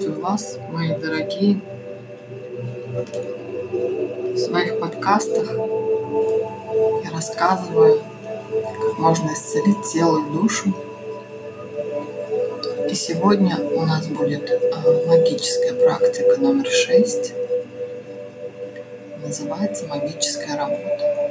Приветствую вас, мои дорогие. В своих подкастах я рассказываю, как можно исцелить тело и душу. И сегодня у нас будет магическая практика номер 6. Называется магическая работа.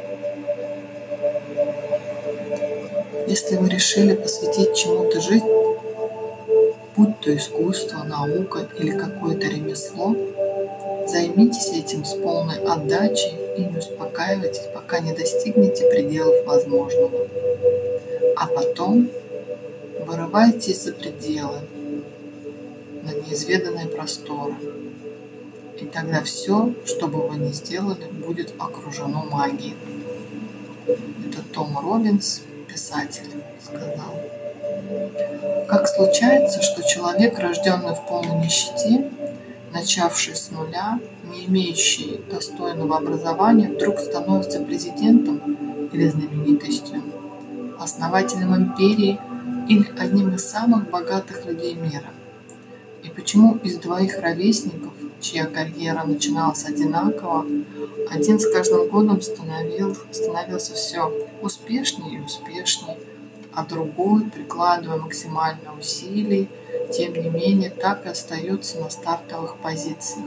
Если вы решили посвятить чему-то жизнь, будь то искусство, наука или какое-то ремесло, займитесь этим с полной отдачей и не успокаивайтесь, пока не достигнете пределов возможного. А потом вырывайтесь за пределы, на неизведанные просторы. И тогда все, что бы вы ни сделали, будет окружено магией. Это Том Робинс, писатель, сказал. Как случается, что человек, рожденный в полной нищете, начавший с нуля, не имеющий достойного образования, вдруг становится президентом или знаменитостью, основателем империи или одним из самых богатых людей мира? И почему из двоих ровесников, чья карьера начиналась одинаково, один с каждым годом становился все успешнее и успешнее, а другой, прикладывая максимально усилий, тем не менее так и остается на стартовых позициях?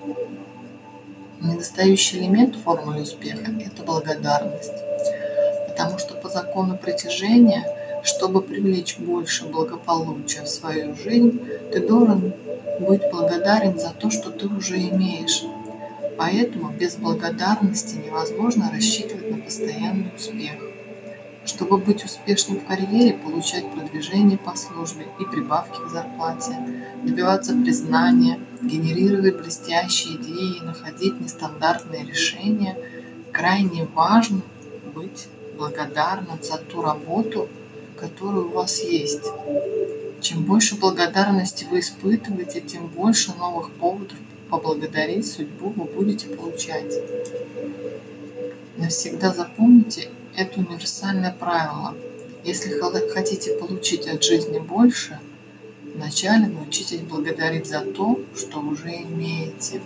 Недостающий элемент в формуле успеха – это благодарность. Потому что по закону притяжения, чтобы привлечь больше благополучия в свою жизнь, ты должен быть благодарен за то, что ты уже имеешь. Поэтому без благодарности невозможно рассчитывать на постоянный успех. Чтобы быть успешным в карьере, получать продвижение по службе и прибавки к зарплате, добиваться признания, генерировать блестящие идеи и находить нестандартные решения, крайне важно быть благодарным за ту работу, которая у вас есть. Чем больше благодарности вы испытываете, тем больше новых поводов поблагодарить судьбу вы будете получать. Навсегда запомните это универсальное правило. Если хотите получить от жизни больше, вначале научитесь благодарить за то, что уже имеете.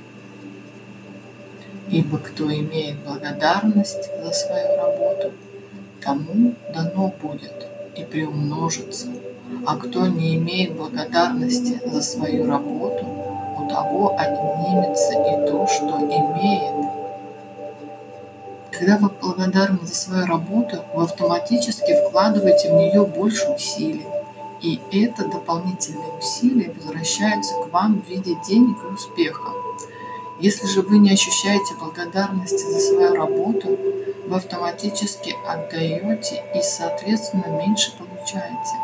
Ибо кто имеет благодарность за свою работу, тому дано будет и приумножится. А кто не имеет благодарности за свою работу, у того отнимется и то, что имеет. Когда вы благодарны за свою работу, вы автоматически вкладываете в нее больше усилий. И это дополнительные усилия возвращаются к вам в виде денег и успеха. Если же вы не ощущаете благодарности за свою работу, вы автоматически отдаете и, соответственно, меньше получаете.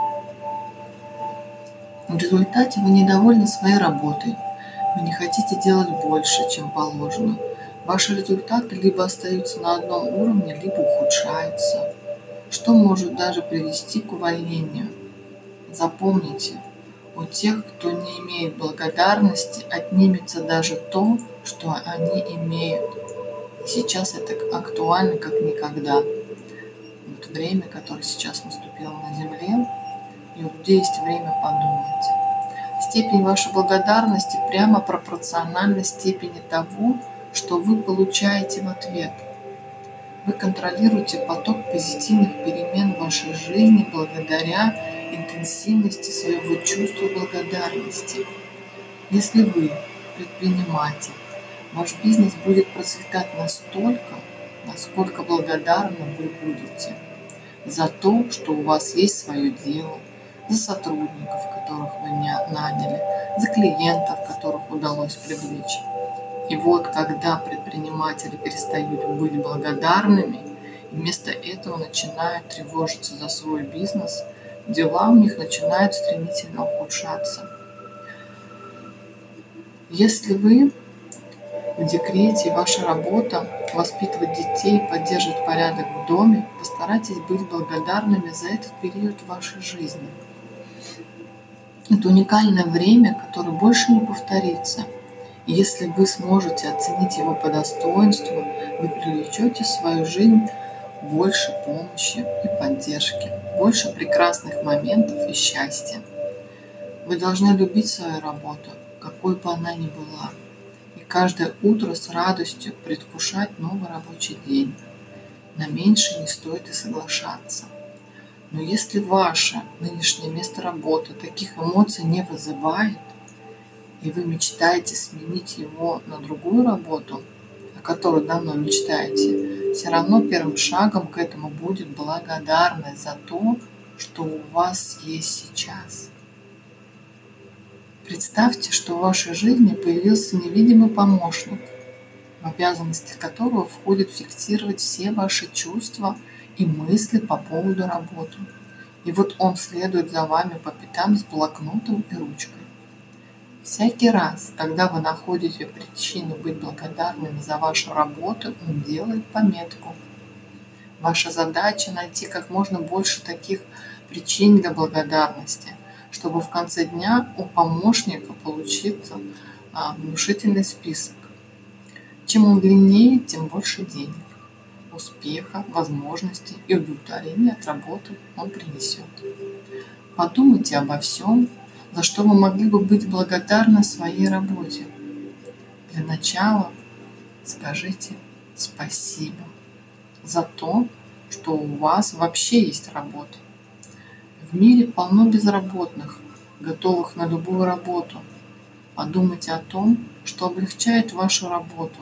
В результате вы недовольны своей работой, вы не хотите делать больше, чем положено. Ваши результаты либо остаются на одном уровне, либо ухудшаются, что может даже привести к увольнению. Запомните, у тех, кто не имеет благодарности, отнимется даже то, что они имеют. И сейчас это актуально как никогда. Вот время, которое сейчас наступило на Земле, и у людей есть время подумать. Степень вашей благодарности прямо пропорциональна степени того, что вы получаете в ответ. Вы контролируете поток позитивных перемен в вашей жизни благодаря интенсивности своего чувства благодарности. Если вы предприниматель, ваш бизнес будет процветать настолько, насколько благодарны вы будете за то, что у вас есть свое дело, за сотрудников, которых вы наняли, за клиентов, которых удалось привлечь. И вот когда предприниматели перестают быть благодарными и вместо этого начинают тревожиться за свой бизнес, дела у них начинают стремительно ухудшаться. Если вы в декрете и ваша работа воспитывать детей, поддерживать порядок в доме, постарайтесь быть благодарными за этот период вашей жизни. Это уникальное время, которое больше не повторится. И если вы сможете оценить его по достоинству, вы привлечете в свою жизнь больше помощи и поддержки, больше прекрасных моментов и счастья. Вы должны любить свою работу, какой бы она ни была, и каждое утро с радостью предвкушать новый рабочий день. На меньшее не стоит и соглашаться. Но если ваше нынешнее место работы таких эмоций не вызывает, и вы мечтаете сменить его на другую работу, о которой давно мечтаете, все равно первым шагом к этому будет благодарность за то, что у вас есть сейчас. Представьте, что в вашей жизни появился невидимый помощник, в обязанности которого входит фиксировать все ваши чувства и мысли по поводу работы. И вот он следует за вами по пятам с блокнотом и ручкой. Всякий раз, когда вы находите причину быть благодарными за вашу работу, он делает пометку. Ваша задача найти как можно больше таких причин для благодарности, чтобы в конце дня у помощника получится внушительный список. Чем он длиннее, тем больше денег, успеха, возможностей и удовлетворения от работы он принесет. Подумайте обо всем, за что вы могли бы быть благодарны своей работе. Для начала скажите спасибо за то, что у вас вообще есть работа. В мире полно безработных, готовых на любую работу. Подумайте о том, что облегчает вашу работу.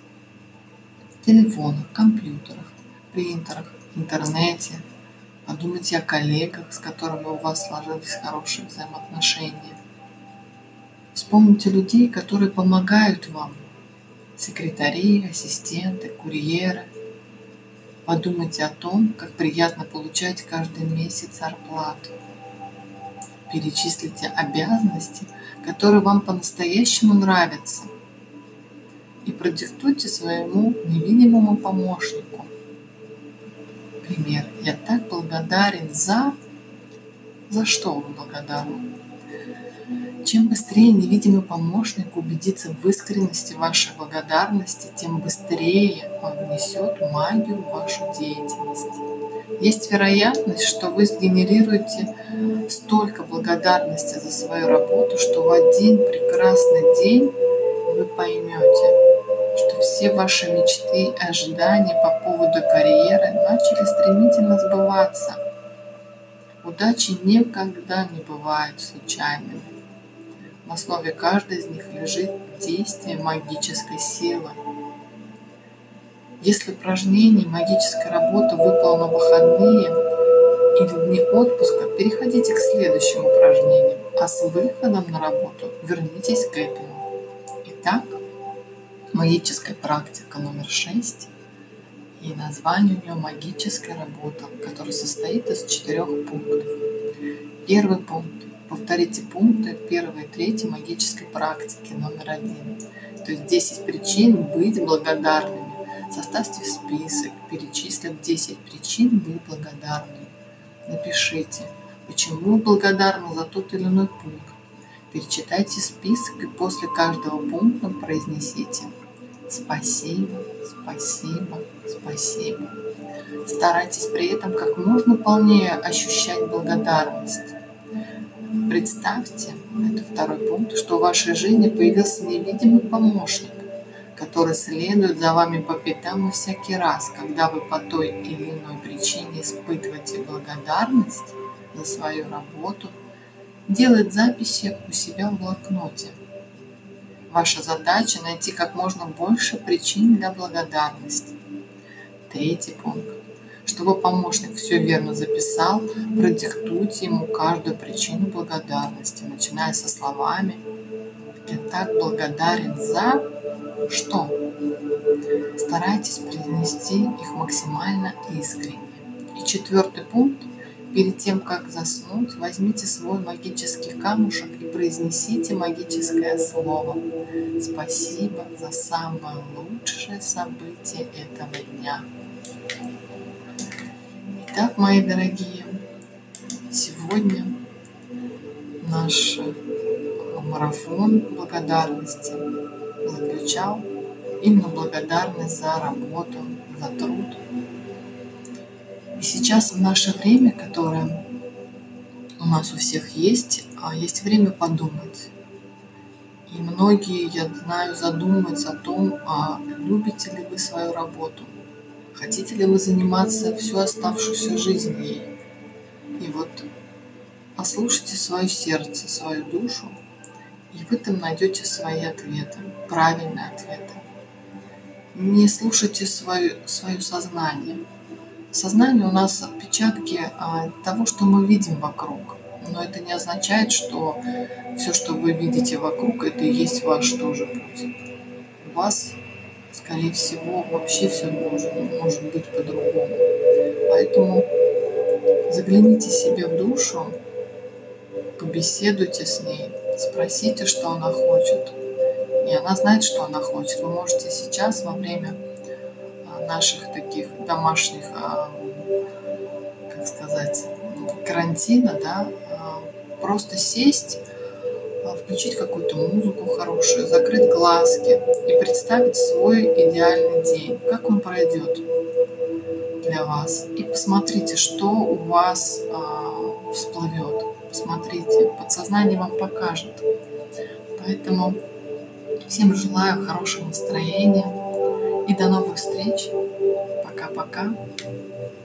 Телефонах, компьютерах, принтерах, интернете. Подумайте о коллегах, с которыми у вас сложились хорошие взаимоотношения. Вспомните людей, которые помогают вам. Секретари, ассистенты, курьеры. Подумайте о том, как приятно получать каждый месяц зарплату. Перечислите обязанности, которые вам по-настоящему нравятся. И продиктуйте своему невидимому помощнику. Пример. Я так благодарен за... За что вы благодарны? Чем быстрее невидимый помощник убедится в искренности вашей благодарности, тем быстрее он внесет магию в вашу деятельность. Есть вероятность, что вы сгенерируете столько благодарности за свою работу, что в один прекрасный день вы поймете, что все ваши мечты и ожидания по поводу карьеры начали стремительно сбываться. Удачи никогда не бывают случайными. В основе каждой из них лежит действие магической силы. Если упражнение магической работы выпало на выходные или дни отпуска, переходите к следующим упражнениям, а с выходом на работу вернитесь к этому. Итак, магическая практика номер 6, и название у нее «Магическая работа», которая состоит из 4 пунктов. Первый пункт. Повторите пункты 1 и 3 магической практики номер 1. То есть 10 причин быть благодарными. Составьте список, перечислив 10 причин быть благодарными. Напишите, почему вы благодарны за тот или иной пункт. Перечитайте список и после каждого пункта произнесите «Спасибо, спасибо, спасибо». Старайтесь при этом как можно полнее ощущать благодарность. Представьте, это 2 пункт, что в вашей жизни появился невидимый помощник, который следует за вами по пятам, и всякий раз, когда вы по той или иной причине испытываете благодарность за свою работу, делает записи у себя в блокноте. Ваша задача найти как можно больше причин для благодарности. 3 пункт. Чтобы помощник все верно записал, продиктуйте ему каждую причину благодарности, начиная со словами «Я так благодарен за...» Что? Старайтесь произнести их максимально искренне. И 4 пункт. Перед тем, как заснуть, возьмите свой магический камушек и произнесите магическое слово «Спасибо за самое лучшее событие этого дня». Итак, мои дорогие, сегодня наш марафон благодарности заключал именно благодарность за работу, за труд. И сейчас в наше время, которое у нас у всех есть время подумать. И многие, я знаю, задумываются о том, любите ли вы свою работу, хотите ли вы заниматься всю оставшуюся жизнь ей. И вот послушайте свое сердце, свою душу, и вы там найдете свои ответы, правильные ответы. Не слушайте свое сознание. Сознание у нас отпечатки того, что мы видим вокруг. Но это не означает, что все, что вы видите вокруг, это и есть ваш тоже путь. У вас, скорее всего, вообще все может быть по-другому. Поэтому загляните себе в душу, побеседуйте с ней, спросите, что она хочет. И она знает, что она хочет. Вы можете сейчас во время наших таких домашних, как сказать, карантина, да, просто сесть, включить какую-то музыку хорошую, закрыть глазки и представить свой идеальный день, как он пройдет для вас. И посмотрите, что у вас всплывет. Посмотрите, подсознание вам покажет. Поэтому всем желаю хорошего настроения и до новых встреч. Пока-пока.